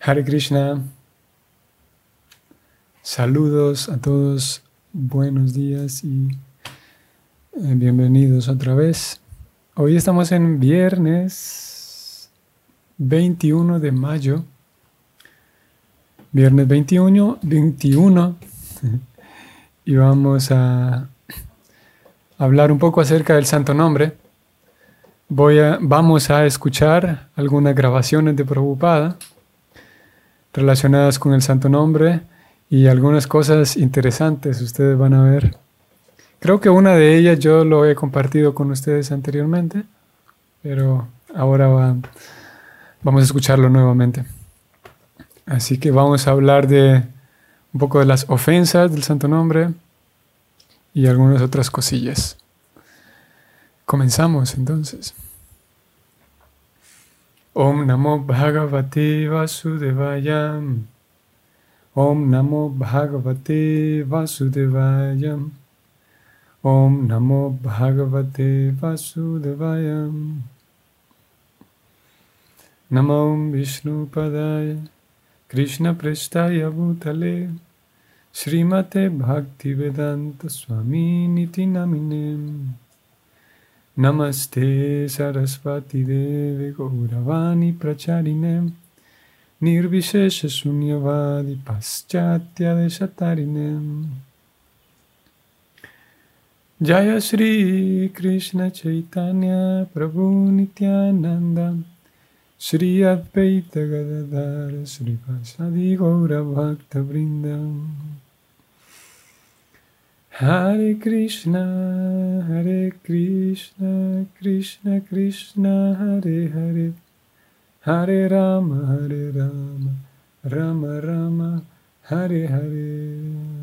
Hare Krishna, saludos a todos, buenos días y bienvenidos otra vez. Hoy estamos en viernes 21 de mayo, viernes 21 y vamos a hablar un poco acerca del Santo Nombre. Vamos a escuchar algunas grabaciones de Prabhupada relacionadas con el Santo Nombre y algunas cosas interesantes ustedes van a ver. Creo que una de ellas yo lo he compartido con ustedes anteriormente, pero ahora vamos a escucharlo nuevamente. Así que vamos a hablar de un poco de las ofensas del Santo Nombre y algunas otras cosillas. Comenzamos entonces. Om Namo Bhagavate Vasudevaya. Om Namo Bhagavate Vasudevaya. Om Namo Bhagavate Vasudevaya. Namo Vishnu Padaya Krishna Prestaya Bhutale Srimate Bhaktivedanta Swami Niti Namine. Namaste Sarasvati Deve Gauravani Pracharine Nirvishesha Sunyavadi Paschatya Deshatarine. Jaya Shri Krishna Chaitanya Prabhu Nityananda Shri Advaita Gadadhara Shri Vasadi Gaura Bhakta Vrindam. Hare Krishna, Krishna Krishna, Hare Hare, Hare Rama, Rama Rama, Hare Hare.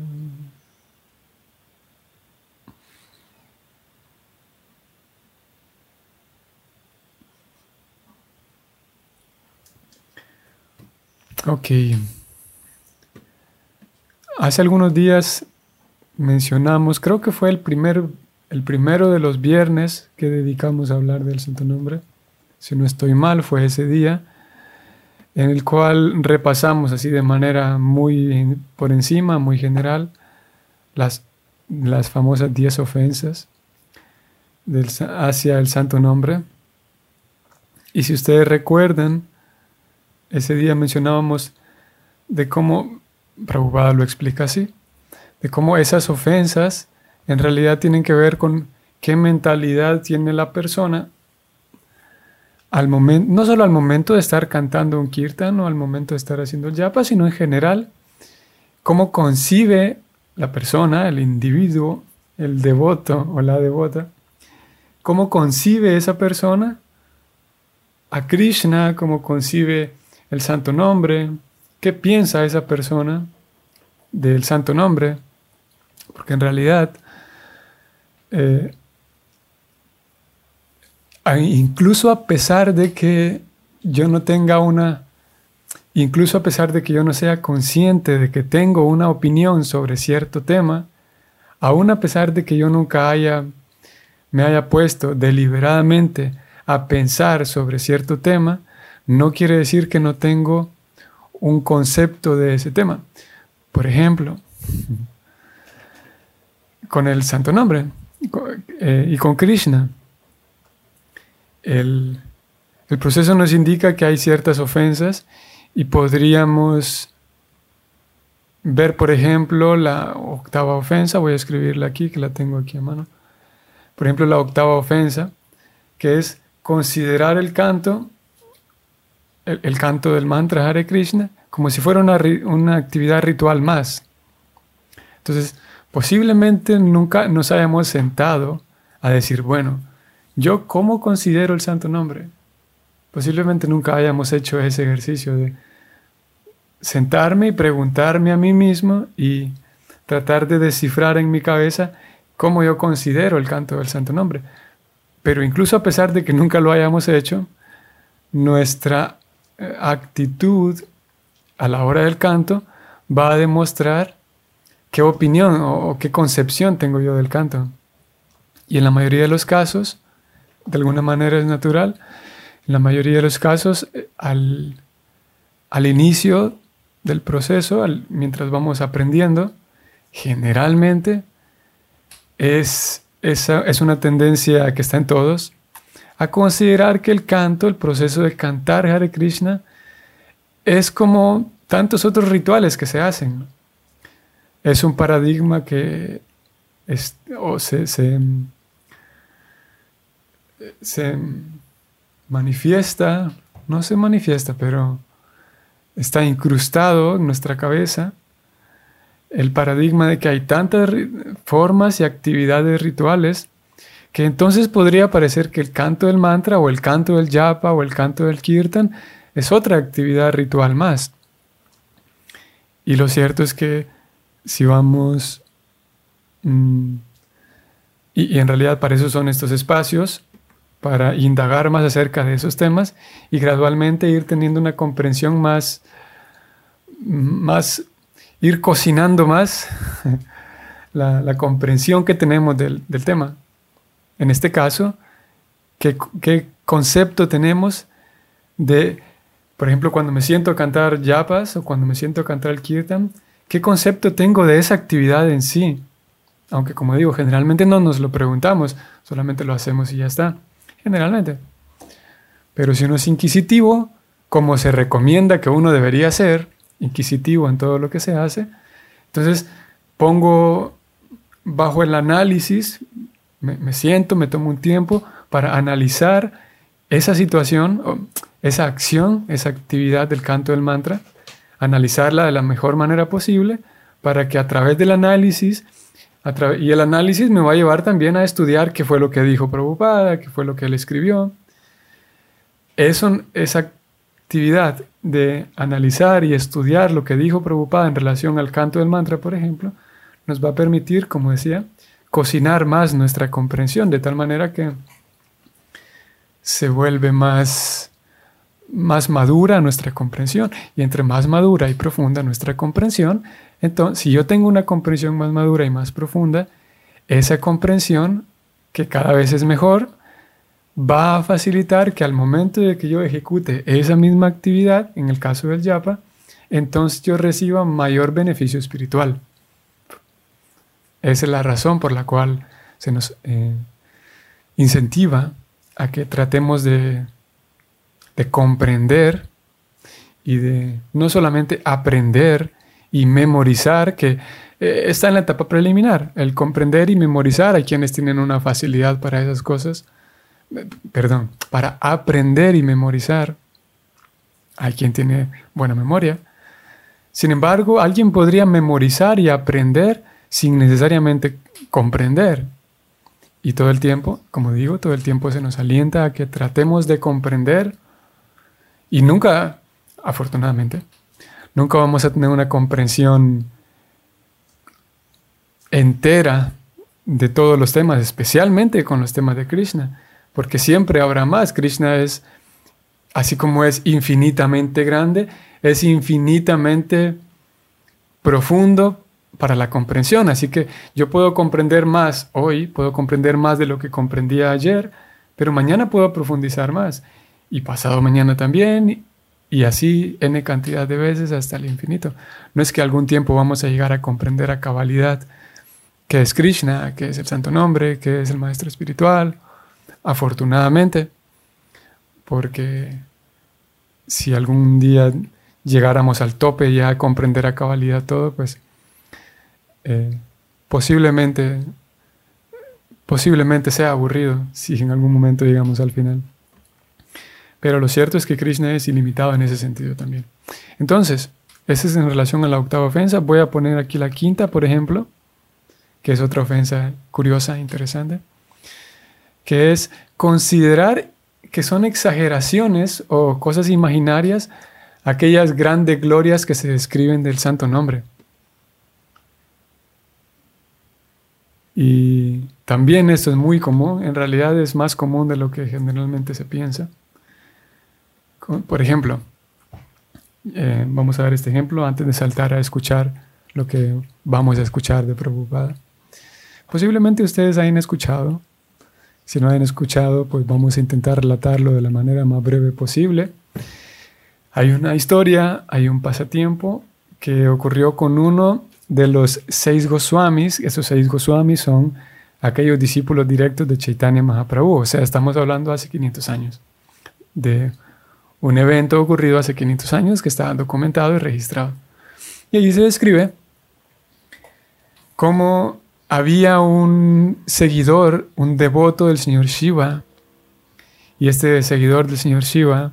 Ok. Hace algunos días mencionamos, creo que fue el primero de los viernes que dedicamos a hablar del Santo Nombre. Si no estoy mal, fue ese día en el cual repasamos así de manera muy por encima, muy general, las famosas 10 ofensas hacia el Santo Nombre. Y si ustedes recuerdan, ese día mencionábamos de cómo Prabhupada lo explica así, de cómo esas ofensas en realidad tienen que ver con qué mentalidad tiene la persona al momento, no solo al momento de estar cantando un kirtan o al momento de estar haciendo el japa, sino en general, cómo concibe la persona, el individuo, el devoto o la devota, cómo concibe esa persona a Krishna, cómo concibe el Santo Nombre, qué piensa esa persona del Santo Nombre. Porque en realidad, incluso a pesar de que yo no sea consciente de que tengo una opinión sobre cierto tema, aún a pesar de que yo nunca me haya puesto deliberadamente a pensar sobre cierto tema, no quiere decir que no tengo un concepto de ese tema. Por ejemplo, con el Santo Nombre y con Krishna. El proceso nos indica que hay ciertas ofensas y podríamos ver, por ejemplo, la octava ofensa. Voy a escribirla aquí, que la tengo aquí a mano. Por ejemplo, la octava ofensa, que es considerar el canto del mantra Hare Krishna, como si fuera una actividad ritual más. Entonces, posiblemente nunca nos hayamos sentado a decir, bueno, ¿yo cómo considero el Santo Nombre? Posiblemente nunca hayamos hecho ese ejercicio de sentarme y preguntarme a mí mismo y tratar de descifrar en mi cabeza cómo yo considero el canto del Santo Nombre. Pero incluso a pesar de que nunca lo hayamos hecho, nuestra actitud a la hora del canto va a demostrar qué opinión o qué concepción tengo yo del canto. Y en la mayoría de los casos, de alguna manera es natural, en la mayoría de los casos, al al inicio del proceso, mientras vamos aprendiendo, generalmente es una tendencia que está en todos, a considerar que el canto, el proceso de cantar Hare Krishna, es como tantos otros rituales que se hacen. Es un paradigma que se manifiesta, no se manifiesta, pero está incrustado en nuestra cabeza el paradigma de que hay tantas formas y actividades rituales que entonces podría parecer que el canto del mantra o el canto del japa o el canto del kirtan es otra actividad ritual más. Y lo cierto es que si vamos, y en realidad para eso son estos espacios, para indagar más acerca de esos temas y gradualmente ir teniendo una comprensión más ir cocinando más la comprensión que tenemos del tema. En este caso, ¿qué concepto tenemos de, por ejemplo, cuando me siento a cantar yapas o cuando me siento a cantar el kirtan, qué concepto tengo de esa actividad en sí? Aunque, como digo, generalmente no nos lo preguntamos, solamente lo hacemos y ya está, generalmente. Pero si uno es inquisitivo, como se recomienda que uno debería ser, inquisitivo en todo lo que se hace, entonces pongo bajo el análisis, me siento, me tomo un tiempo para analizar esa situación, esa acción, esa actividad del canto del mantra, analizarla de la mejor manera posible para que a través del análisis, y el análisis me va a llevar también a estudiar qué fue lo que dijo Prabhupada, qué fue lo que él escribió. Esa actividad de analizar y estudiar lo que dijo Prabhupada en relación al canto del mantra, por ejemplo, nos va a permitir, como decía, cocinar más nuestra comprensión, de tal manera que se vuelve más madura nuestra comprensión. Y entre más madura y profunda nuestra comprensión, entonces, si yo tengo una comprensión más madura y más profunda, esa comprensión, que cada vez es mejor, va a facilitar que al momento de que yo ejecute esa misma actividad, en el caso del japa, entonces yo reciba mayor beneficio espiritual. Esa es la razón por la cual se nos incentiva a que tratemos de comprender y de no solamente aprender y memorizar, que está en la etapa preliminar, el comprender y memorizar. Hay quienes tienen una facilidad para esas cosas, para aprender y memorizar. Hay quien tiene buena memoria. Sin embargo, alguien podría memorizar y aprender sin necesariamente comprender. Y todo el tiempo, como digo, todo el tiempo se nos alienta a que tratemos de comprender y nunca, afortunadamente, nunca vamos a tener una comprensión entera de todos los temas, especialmente con los temas de Krishna, porque siempre habrá más. Krishna es, así como es infinitamente grande, es infinitamente profundo para la comprensión. Así que yo puedo comprender más hoy, puedo comprender más de lo que comprendía ayer, pero mañana puedo profundizar más, y pasado mañana también, y así n cantidad de veces hasta el infinito. No es que algún tiempo vamos a llegar a comprender a cabalidad qué es Krishna, qué es el santo nombre, qué es el maestro espiritual, afortunadamente, porque si algún día llegáramos al tope ya a comprender a cabalidad todo, pues posiblemente sea aburrido si en algún momento llegamos al final. Pero lo cierto es que Krishna es ilimitado en ese sentido también. Entonces, ese es en relación a la octava ofensa. Voy a poner aquí la quinta, por ejemplo, que es otra ofensa curiosa, interesante, que es considerar que son exageraciones o cosas imaginarias aquellas grandes glorias que se describen del santo nombre. Y también esto es muy común, en realidad es más común de lo que generalmente se piensa. Por ejemplo, vamos a ver este ejemplo antes de saltar a escuchar lo que vamos a escuchar de Prabhupada. Posiblemente ustedes hayan escuchado. Si no hayan escuchado, pues vamos a intentar relatarlo de la manera más breve posible. Hay una historia, hay un pasatiempo que ocurrió con uno de los 6 Goswamis. Esos 6 Goswamis son aquellos discípulos directos de Chaitanya Mahaprabhu. O sea, estamos hablando hace 500 años de un evento ocurrido hace 500 años que está documentado y registrado. Y allí se describe cómo había un seguidor, un devoto del señor Shiva, y este seguidor del señor Shiva,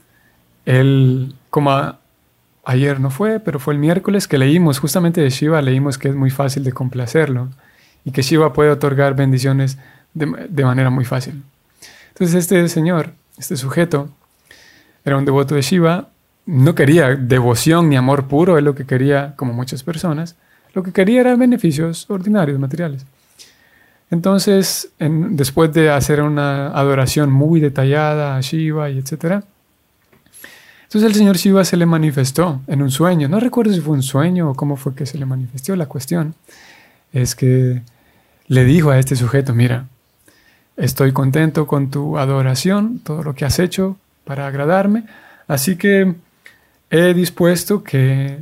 él, ayer no fue, pero fue el miércoles que leímos justamente de Shiva, leímos que es muy fácil de complacerlo y que Shiva puede otorgar bendiciones de manera muy fácil. Entonces este señor, este sujeto, era un devoto de Shiva, no quería devoción ni amor puro, él lo que quería, como muchas personas, lo que quería eran beneficios ordinarios, materiales. Entonces, después de hacer una adoración muy detallada a Shiva y etc., entonces el señor Shiva se le manifestó en un sueño. No recuerdo si fue un sueño o cómo fue que se le manifestó. La cuestión es que le dijo a este sujeto, mira, estoy contento con tu adoración, todo lo que has hecho para agradarme, así que he dispuesto que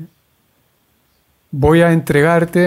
voy a entregarte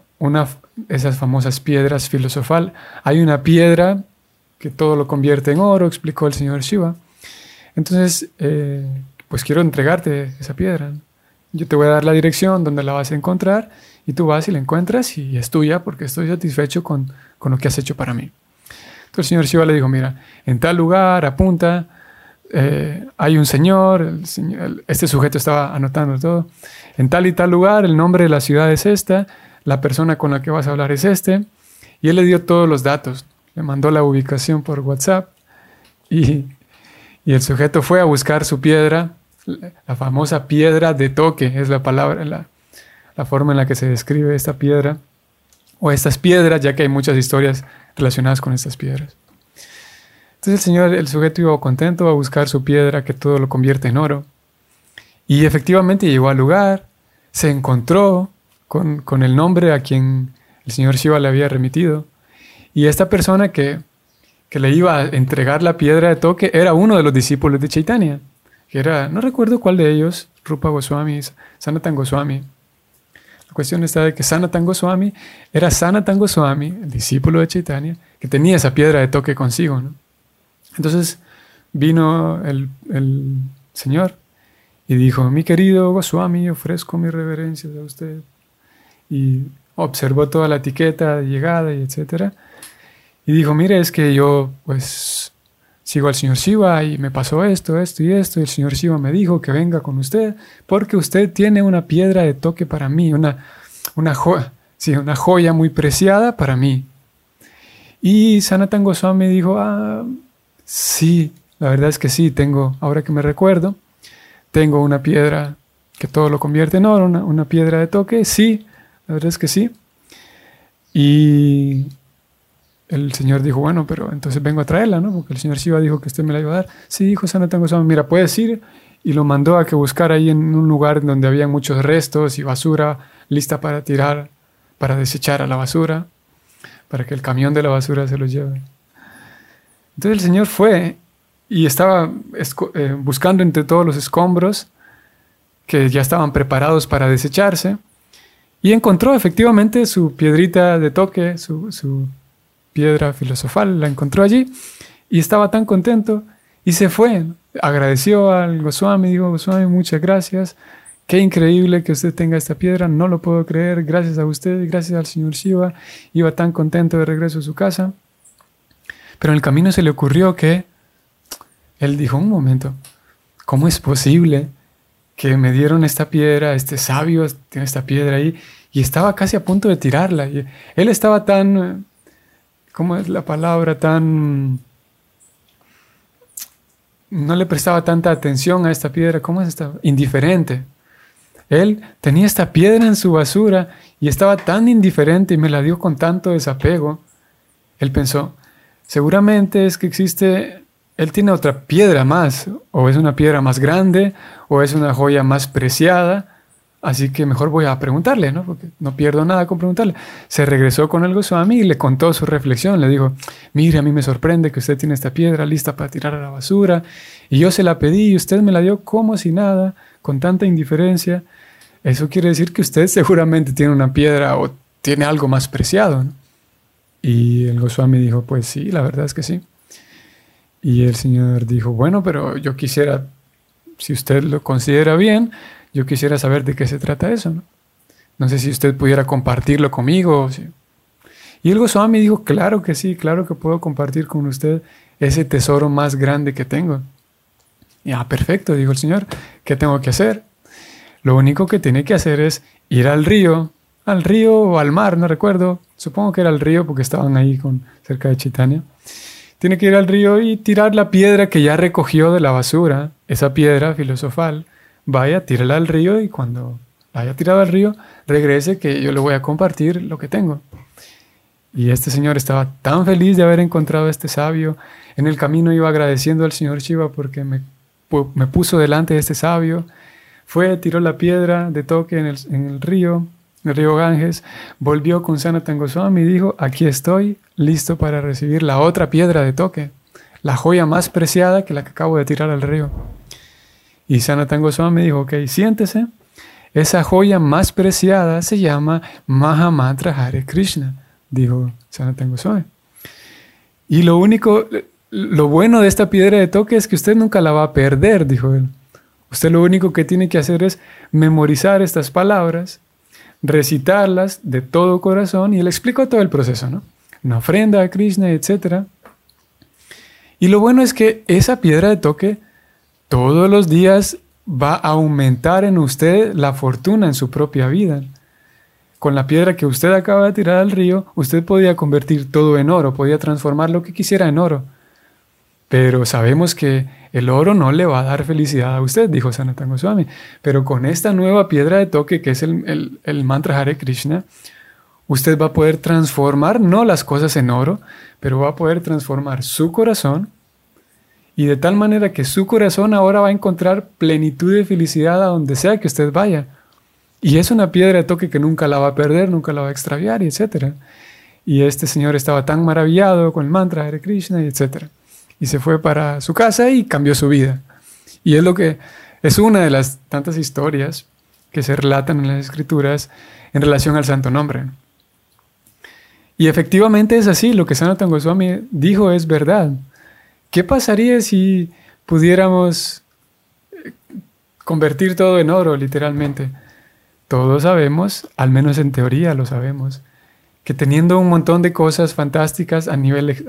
esas famosas piedras filosofal. Hay una piedra que todo lo convierte en oro, explicó el señor Shiva. Entonces, pues quiero entregarte esa piedra. Yo te voy a dar la dirección donde la vas a encontrar y tú vas y la encuentras y es tuya porque estoy satisfecho con lo que has hecho para mí. Entonces el señor Shiva le dijo, mira, en tal lugar, apunta, hay un señor, este sujeto estaba anotando todo, en tal y tal lugar, el nombre de la ciudad es esta, la persona con la que vas a hablar es este, y él le dio todos los datos, le mandó la ubicación por WhatsApp y el sujeto fue a buscar su piedra, la famosa piedra de toque, es la palabra, la forma en la que se describe esta piedra, o estas piedras, ya que hay muchas historias relacionadas con estas piedras. Entonces el sujeto iba contento a buscar su piedra que todo lo convierte en oro. Y efectivamente llegó al lugar, se encontró con el nombre a quien el señor Shiva le había remitido. Y esta persona que le iba a entregar la piedra de toque era uno de los discípulos de Chaitanya, que era, no recuerdo cuál de ellos, Rupa Goswami, Sanatan Goswami. La cuestión está de que Sanatan Goswami era Sanatan Goswami, el discípulo de Chaitanya, que tenía esa piedra de toque consigo, ¿no? Entonces vino el señor y dijo, mi querido Goswami, ofrezco mis reverencias a usted. Y observó toda la etiqueta de llegada y etcétera. Y dijo, mire, es que yo pues sigo al señor Shiva y me pasó esto, esto y esto. Y el señor Shiva me dijo que venga con usted porque usted tiene una piedra de toque para mí, una joya muy preciada para mí. Y Sanatan Goswami dijo, sí, la verdad es que sí, ahora que me recuerdo, tengo una piedra que todo lo convierte en oro, una piedra de toque, sí, la verdad es que sí. Y el señor dijo, bueno, pero entonces vengo a traerla, ¿no? Porque el señor Shiva dijo que usted me la iba a dar. Sí, dijo Sanatan Goswami, mira, puedes ir. Y lo mandó a que buscara ahí en un lugar donde había muchos restos y basura lista para tirar, para desechar a la basura, para que el camión de la basura se los lleve. Entonces el señor fue y estaba buscando entre todos los escombros que ya estaban preparados para desecharse y encontró efectivamente su piedrita de toque, su piedra filosofal, la encontró allí y estaba tan contento y se fue. Agradeció al Goswami, dijo, Goswami, muchas gracias, qué increíble que usted tenga esta piedra, no lo puedo creer, gracias a usted, gracias al señor Shiva, iba tan contento de regreso a su casa. Pero en el camino se le ocurrió que él dijo, un momento, ¿cómo es posible que me dieron esta piedra, este sabio tiene esta piedra ahí, y estaba casi a punto de tirarla? Y él estaba tan, ¿cómo es la palabra? No le prestaba tanta atención a esta piedra, ¿cómo es esta? Indiferente. Él tenía esta piedra en su basura y estaba tan indiferente y me la dio con tanto desapego. Él pensó, seguramente es que él tiene otra piedra más, o es una piedra más grande, o es una joya más preciada, así que mejor voy a preguntarle, ¿no? Porque no pierdo nada con preguntarle. Se regresó con el Goswami y le contó su reflexión. Le dijo, mire, a mí me sorprende que usted tiene esta piedra lista para tirar a la basura y yo se la pedí y usted me la dio como si nada, con tanta indiferencia. Eso quiere decir que usted seguramente tiene una piedra o tiene algo más preciado, ¿no? Y el Goswami dijo, pues sí, la verdad es que sí. Y el Señor dijo, bueno, pero yo quisiera, si usted lo considera bien, yo quisiera saber de qué se trata eso, ¿no? No sé si usted pudiera compartirlo conmigo. ¿Sí? Y el Goswami dijo, claro que sí, claro que puedo compartir con usted ese tesoro más grande que tengo. Y perfecto, dijo el Señor, ¿qué tengo que hacer? Lo único que tiene que hacer es ir al río o al mar, no recuerdo. Supongo que era al río porque estaban ahí cerca de Chaitanya. Tiene que ir al río y tirar la piedra que ya recogió de la basura, esa piedra filosofal. Vaya, tírala al río y cuando la haya tirado al río, regrese que yo le voy a compartir lo que tengo. Y este señor estaba tan feliz de haber encontrado a este sabio. En el camino iba agradeciendo al señor Shiva porque me puso delante de este sabio. Fue, tiró la piedra de toque en el río Ganges, volvió con Sanatana Goswami y dijo, aquí estoy, listo para recibir la otra piedra de toque, la joya más preciada que la que acabo de tirar al río. Y Sanatana Goswami dijo, ok, siéntese, esa joya más preciada se llama Mahamantra Hare Krishna, dijo Sanatana Goswami. Y lo bueno de esta piedra de toque es que usted nunca la va a perder, dijo él. Usted lo único que tiene que hacer es memorizar estas palabras, recitarlas de todo corazón, y él explicó todo el proceso, ¿no? Una ofrenda a Krishna, etc. Y lo bueno es que esa piedra de toque todos los días va a aumentar en usted la fortuna en su propia vida. Con la piedra que usted acaba de tirar al río, usted podía convertir todo en oro, podía transformar lo que quisiera en oro. Pero sabemos que el oro no le va a dar felicidad a usted, dijo Sanatana Goswami. Pero con esta nueva piedra de toque, que es el mantra Hare Krishna, usted va a poder transformar, no las cosas en oro, pero va a poder transformar su corazón, y de tal manera que su corazón ahora va a encontrar plenitud de felicidad a donde sea que usted vaya. Y es una piedra de toque que nunca la va a perder, nunca la va a extraviar, etc. Y este señor estaba tan maravillado con el mantra Hare Krishna, etc. Y se fue para su casa y cambió su vida. Y es una de las tantas historias que se relatan en las escrituras en relación al santo nombre. Y efectivamente es así, lo que Sanatana Goswami dijo es verdad. ¿Qué pasaría si pudiéramos convertir todo en oro, literalmente? Todos sabemos, al menos en teoría lo sabemos, que teniendo un montón de cosas fantásticas a nivel,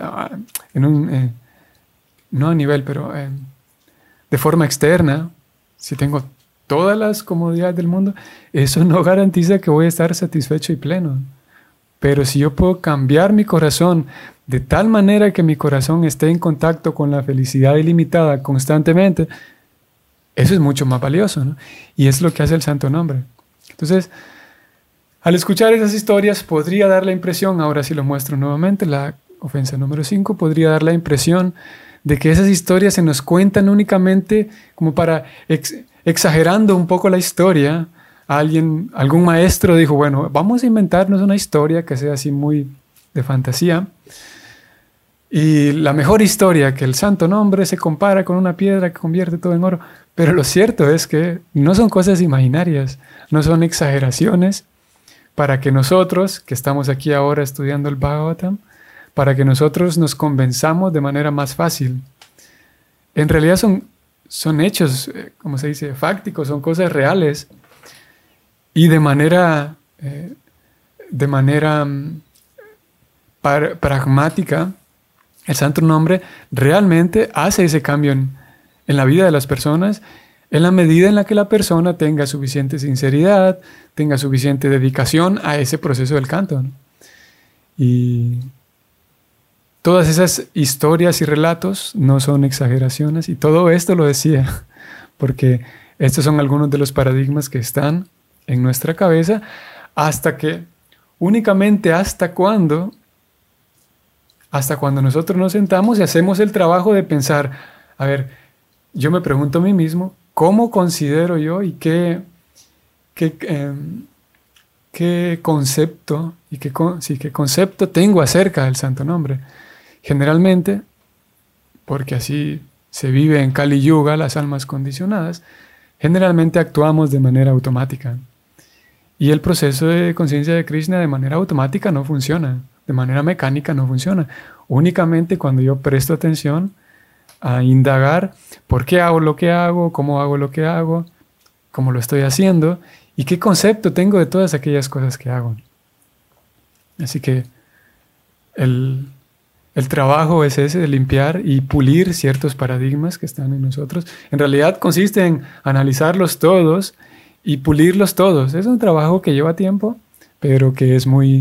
no a nivel, pero de forma externa, si tengo todas las comodidades del mundo, eso no garantiza que voy a estar satisfecho y pleno. Pero si yo puedo cambiar mi corazón de tal manera que mi corazón esté en contacto con la felicidad ilimitada constantemente, eso es mucho más valioso, ¿no? Y es lo que hace el santo nombre. Entonces, al escuchar esas historias, podría dar la impresión, ahora sí lo muestro nuevamente, la ofensa número 5, podría dar la impresión de que esas historias se nos cuentan únicamente como para, exagerando un poco la historia. Algún maestro dijo, bueno, vamos a inventarnos una historia que sea así muy de fantasía. Y la mejor historia, que el santo nombre se compara con una piedra que convierte todo en oro. Pero lo cierto es que no son cosas imaginarias, no son exageraciones para que nosotros, que estamos aquí ahora estudiando el Bhagavatam, para que nosotros nos convenzamos de manera más fácil. En realidad son hechos, como se dice, fácticos, son cosas reales. Y de manera pragmática, el santo nombre realmente hace ese cambio en la vida de las personas, en la medida en la que la persona tenga suficiente sinceridad, tenga suficiente dedicación a ese proceso del canto, ¿no? Y todas esas historias y relatos no son exageraciones, y todo esto lo decía porque estos son algunos de los paradigmas que están en nuestra cabeza, únicamente hasta cuando nosotros nos sentamos y hacemos el trabajo de pensar, a ver, yo me pregunto a mí mismo, ¿cómo considero yo y qué qué concepto y qué concepto tengo acerca del santo nombre. Generalmente, porque así se vive en Kali Yuga, las almas condicionadas, generalmente actuamos de manera automática. Y el proceso de conciencia de Krishna de manera automática no funciona, de manera mecánica no funciona. Únicamente cuando yo presto atención a indagar por qué hago lo que hago, cómo lo estoy haciendo y qué concepto tengo de todas aquellas cosas que hago. Así que el trabajo es ese de limpiar y pulir ciertos paradigmas que están en nosotros. En realidad consiste en analizarlos todos y pulirlos todos. Es un trabajo que lleva tiempo, pero que es muy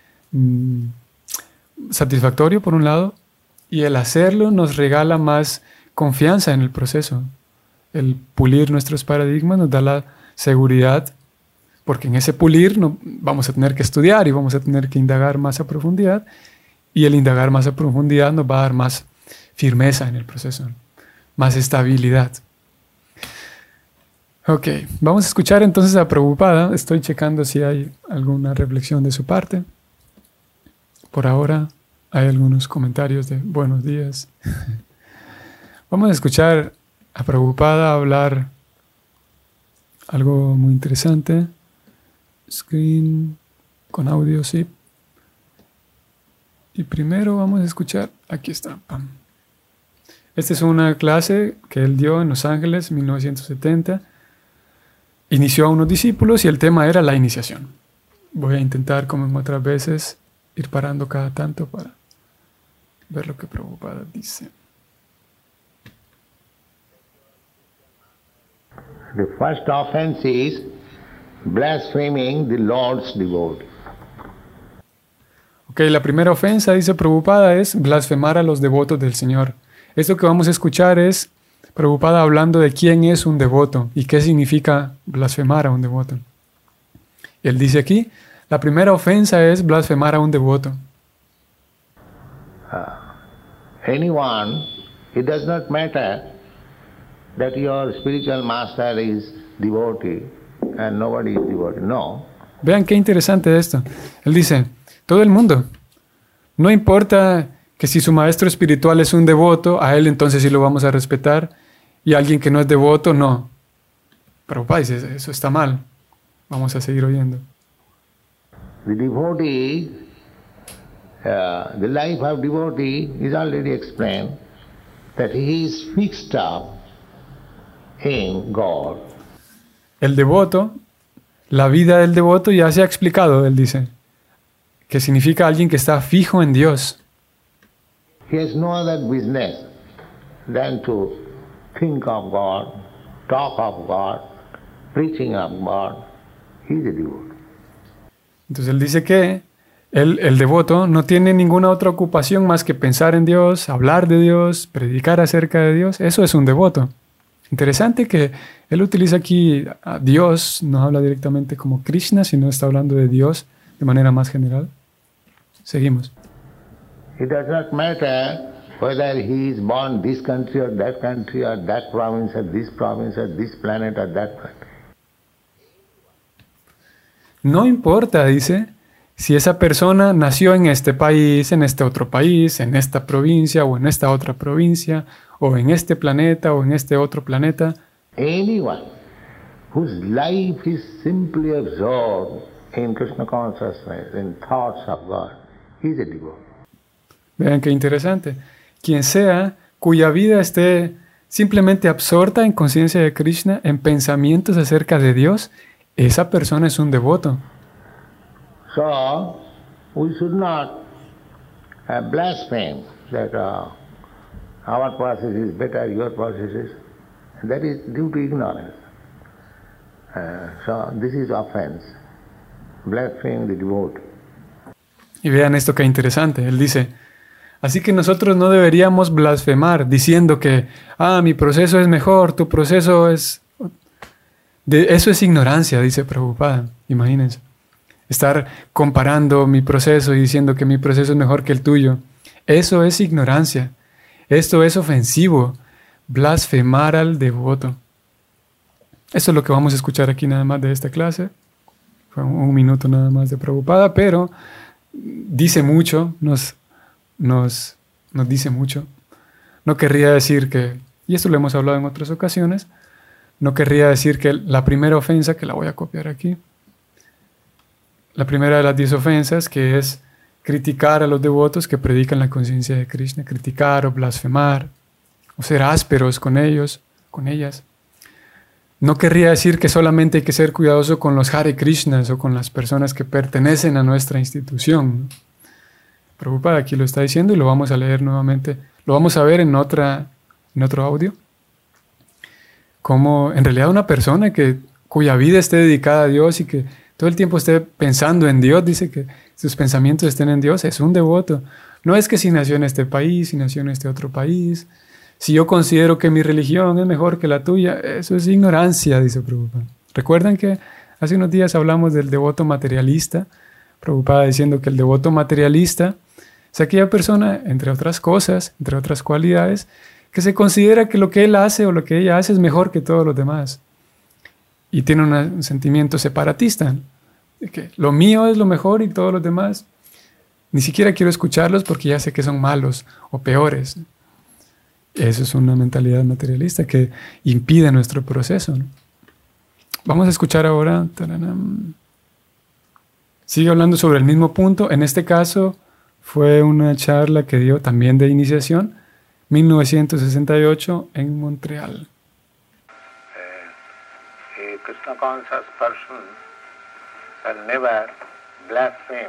satisfactorio por un lado, y el hacerlo nos regala más confianza en el proceso. El pulir nuestros paradigmas nos da la seguridad, porque en ese pulir vamos a tener que estudiar y vamos a tener que indagar más a profundidad, y el indagar más a profundidad nos va a dar más firmeza en el proceso, más estabilidad. Ok, vamos a escuchar entonces a Prabhupada. Estoy checando si hay alguna reflexión de su parte. Por ahora hay algunos comentarios de buenos días. Vamos a escuchar a Prabhupada hablar algo muy interesante. Screen con audio, sí. Y primero vamos a escuchar, aquí está. Pam. Esta es una clase que él dio en Los Ángeles en 1970. Inició a unos discípulos y el tema era la iniciación. Voy a intentar, como en otras veces, ir parando cada tanto para ver lo que Prabhupada dice. The first offense is blaspheming the Lord's devotee. Ok, la primera ofensa, dice Prabhupada, es blasfemar a los devotos del Señor. Esto que vamos a escuchar es Prabhupada hablando de quién es un devoto y qué significa blasfemar a un devoto. Él dice aquí, la primera ofensa es blasfemar a un devoto. Anyone, it does not matter that your spiritual master is devotee and nobody is devotee. No. Vean qué interesante esto. Él dice, todo el mundo. No importa que si su maestro espiritual es un devoto, a él entonces sí lo vamos a respetar, y a alguien que no es devoto, no. Prabhupada dice, eso está mal. Vamos a seguir oyendo. The devotee, the life of devotee is already explained that he is fixed up in God. El devoto, la vida del devoto ya se ha explicado, él dice, que significa alguien que está fijo en Dios. He has no other business than to think of God, talk of God, preaching of God. He is a devotee. Entonces él dice que el devoto no tiene ninguna otra ocupación más que pensar en Dios, hablar de Dios, predicar acerca de Dios. Eso es un devoto. Interesante que él utiliza aquí a Dios, no habla directamente como Krishna, sino está hablando de Dios de manera más general. Seguimos. It does not matter whether he is born this country or that province or this planet or that planet. No importa, dice, si esa persona nació en este país, en este otro país, en esta provincia o en esta otra provincia, o en este planeta o en este otro planeta. Anyone whose life is simply absorbed in Krishna consciousness, in thoughts of God, he is a devotee. Vean qué interesante. Quien sea cuya vida esté simplemente absorta en conciencia de Krishna, en pensamientos acerca de Dios, esa persona es un devoto. So, we should not blaspheme that our process is better, your process is. That is due to ignorance. So, this is offense. Blaspheme the devotee. Y vean esto qué interesante. Él dice, así que nosotros no deberíamos blasfemar diciendo que, mi proceso es mejor, tu proceso es... Eso es ignorancia, dice Prabhupada. Imagínense. Estar comparando mi proceso y diciendo que mi proceso es mejor que el tuyo. Eso es ignorancia. Esto es ofensivo. Blasfemar al devoto. Eso es lo que vamos a escuchar aquí nada más de esta clase. Fue un minuto nada más de Prabhupada, pero dice mucho, nos dice mucho. No querría decir que, y esto lo hemos hablado en otras ocasiones, no querría decir que la primera ofensa, que la voy a copiar aquí, la primera de las 10 ofensas, que es criticar a los devotos que predican la conciencia de Krishna, criticar o blasfemar, o ser ásperos con ellos, con ellas. No querría decir que solamente hay que ser cuidadoso con los Hare Krishnas o con las personas que pertenecen a nuestra institución. Prabhupada aquí lo está diciendo y lo vamos a leer nuevamente. Lo vamos a ver en otro audio. Como en realidad una persona cuya vida esté dedicada a Dios y que todo el tiempo esté pensando en Dios, dice que sus pensamientos estén en Dios, es un devoto. No es que si nació en este país, si nació en este otro país, si yo considero que mi religión es mejor que la tuya, eso es ignorancia, dice Prabhupada. ¿Recuerdan que hace unos días hablamos del devoto materialista? Prabhupada diciendo que el devoto materialista es aquella persona, entre otras cosas, entre otras cualidades, que se considera que lo que él hace o lo que ella hace es mejor que todos los demás. Y tiene un sentimiento separatista, de que lo mío es lo mejor y todos los demás ni siquiera quiero escucharlos porque ya sé que son malos o peores. Eso es una mentalidad materialista que impide nuestro proceso, ¿no? Vamos a escuchar ahora. Sigue hablando sobre el mismo punto. En este caso fue una charla que dio también de iniciación, 1968 en Montreal. A Krishna conscious person shall never blaspheme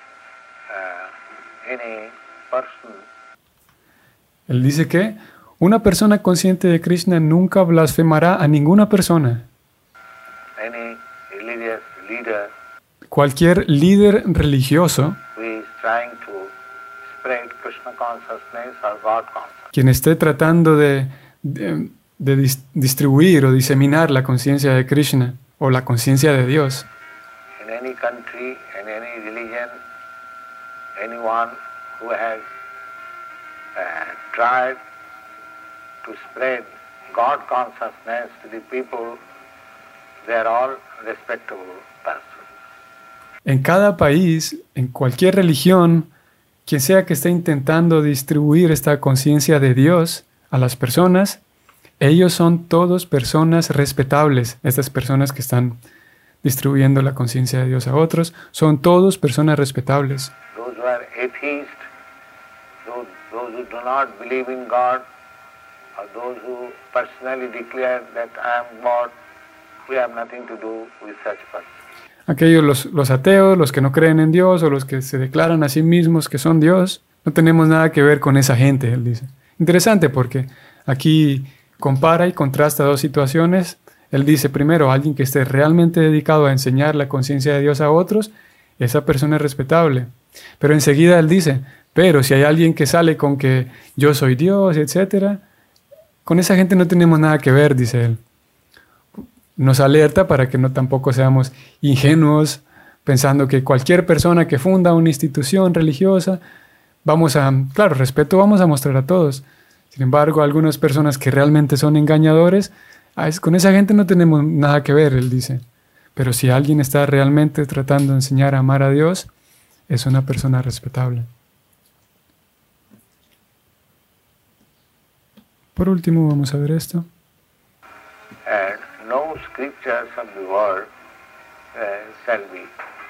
any person. Él dice que una persona consciente de Krishna nunca blasfemará a ninguna persona. Any religious leader Cualquier líder religioso who is trying to spread Krishna consciousness or God consciousness. quien esté tratando de distribuir o diseminar la conciencia de Krishna o la conciencia de Dios. In any country, in any religion, anyone who has tried to spread God consciousness to the people, they are all respectable persons. En cada país, en cualquier religión, quien sea que esté intentando distribuir esta conciencia de Dios a las personas, ellos son todos personas respetables. Estas personas que están distribuyendo la conciencia de Dios a otros son todos personas respetables. Those who are atheists, those who do not believe in God, or those who personally declare that I am God, we have nothing to do with such persons. Aquellos, los ateos, los que no creen en Dios o los que se declaran a sí mismos que son Dios, no tenemos nada que ver con esa gente, él dice. Interesante porque aquí compara y contrasta dos situaciones. Él dice primero, alguien que esté realmente dedicado a enseñar la conciencia de Dios a otros, esa persona es respetable. Pero enseguida él dice, pero si hay alguien que sale con que yo soy Dios, etc., con esa gente no tenemos nada que ver, dice él. Nos alerta para que no tampoco seamos ingenuos pensando que cualquier persona que funda una institución religiosa, claro, respeto vamos a mostrar a todos. Sin embargo, algunas personas que realmente son engañadores, con esa gente no tenemos nada que ver, él dice. Pero si alguien está realmente tratando de enseñar a amar a Dios, es una persona respetable. Por último, vamos a ver esto. No scriptures of the world shall be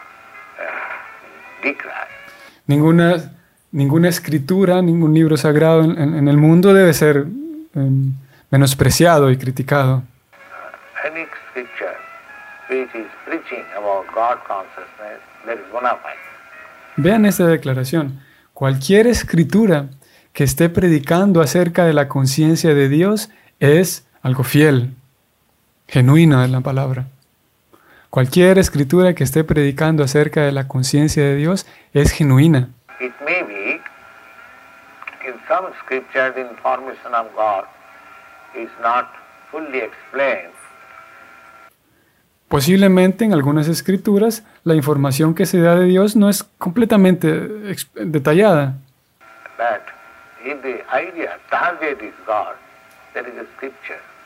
decried. Ninguna escritura, ningún libro sagrado en el mundo debe ser menospreciado y criticado. Any scripture which is preaching about God consciousness, that is bona fide. Vean esta declaración. Cualquier escritura que esté predicando acerca de la conciencia de Dios es algo fiel, genuino es la palabra. Cualquier escritura que esté predicando acerca de la conciencia de Dios es genuina. It may be in some scripture the information of God is not fully explained. Posiblemente en algunas escrituras la información que se da de Dios no es completamente detallada. But if the idea, target is God, that is a scripture.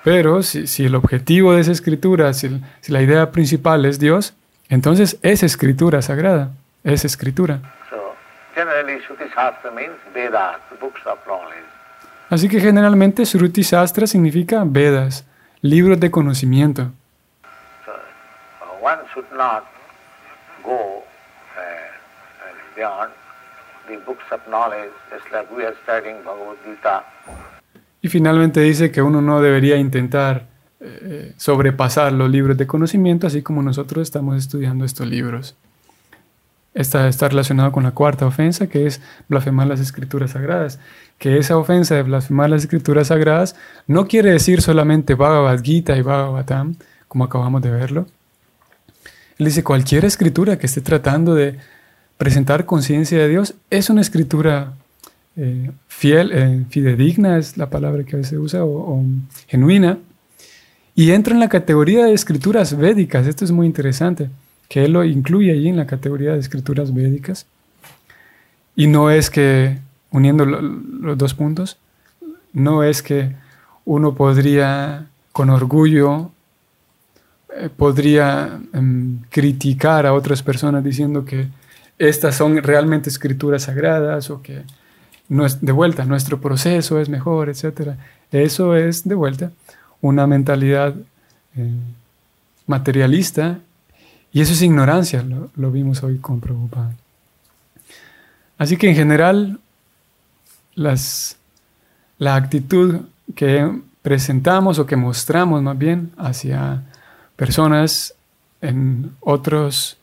Pero si el objetivo de esa escritura, si la idea principal es Dios, entonces es escritura sagrada, es escritura. So, generally, Shruti Shastra means Vedas, the books of knowledge. Así que generalmente Shruti Shastra significa Vedas, libros de conocimiento. So, one should not go beyond the books of knowledge, just like we are studying Bhagavad Gita. Y finalmente dice que uno no debería intentar sobrepasar los libros de conocimiento, así como nosotros estamos estudiando estos libros. Esta está relacionado con la cuarta ofensa, que es blasfemar las escrituras sagradas. Que esa ofensa de blasfemar las escrituras sagradas no quiere decir solamente Bhagavad Gita y Bhagavatam, como acabamos de verlo. Él dice cualquier escritura que esté tratando de presentar conciencia de Dios es una escritura fiel, fidedigna es la palabra que a veces se usa, o genuina, y entra en la categoría de escrituras védicas. Esto es muy interesante, que él lo incluye allí en la categoría de escrituras védicas. Y no es que, uniendo los dos puntos, no es que uno podría, con orgullo, podría criticar a otras personas diciendo que estas son realmente escrituras sagradas, o que no es, de vuelta, nuestro proceso es mejor, etc. Eso es, de vuelta, una mentalidad materialista, y eso es ignorancia, lo vimos hoy con Prabhupada. Así que en general, la actitud que presentamos o que mostramos más bien hacia personas en otras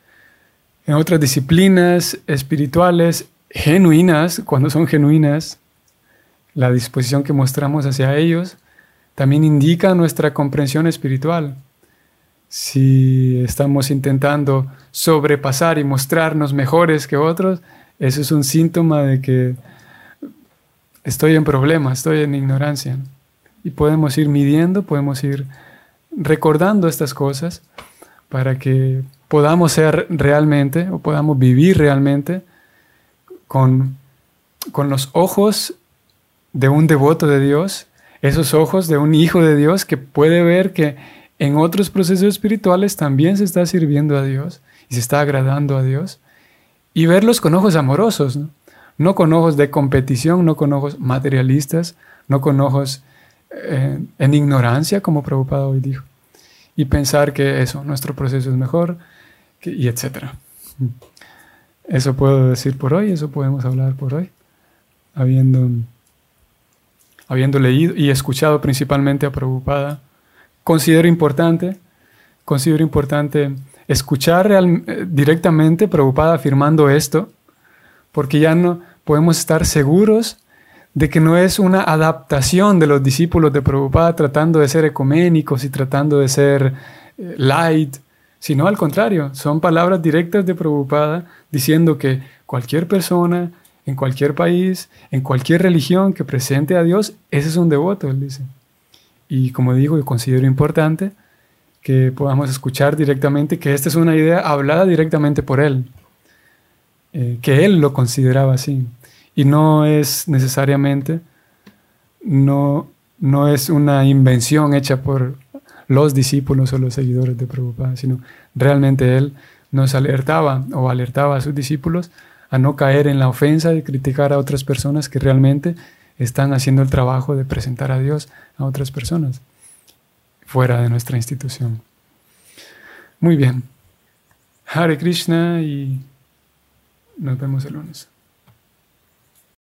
disciplinas espirituales genuinas, cuando son genuinas, la disposición que mostramos hacia ellos también indica nuestra comprensión espiritual. Si estamos intentando sobrepasar y mostrarnos mejores que otros, eso es un síntoma de que estoy en problema, estoy en ignorancia. Y podemos ir midiendo, podemos ir recordando estas cosas para que podamos ser realmente, o podamos vivir realmente con los ojos de un devoto de Dios, esos ojos de un hijo de Dios que puede ver que en otros procesos espirituales también se está sirviendo a Dios y se está agradando a Dios, y verlos con ojos amorosos, ¿no? No con ojos de competición, no con ojos materialistas, no con ojos en ignorancia, como Prabhupada hoy dijo, y pensar que eso, nuestro proceso es mejor, y etc. Eso puedo decir por hoy, eso podemos hablar por hoy, habiendo leído y escuchado principalmente a Prabhupada. Considero importante escuchar directamente Prabhupada afirmando esto, porque ya no podemos estar seguros de que no es una adaptación de los discípulos de Prabhupada tratando de ser ecuménicos y tratando de ser light, sino al contrario, son palabras directas de Prabhupada diciendo que cualquier persona, en cualquier país, en cualquier religión que presente a Dios, ese es un devoto, él dice. Y como digo, yo considero importante que podamos escuchar directamente que esta es una idea hablada directamente por él, que él lo consideraba así. Y no es necesariamente, no es una invención hecha por los discípulos o los seguidores de Prabhupada, sino realmente él nos alertaba a sus discípulos a no caer en la ofensa de criticar a otras personas que realmente están haciendo el trabajo de presentar a Dios a otras personas fuera de nuestra institución. Muy bien. Hare Krishna y nos vemos el lunes.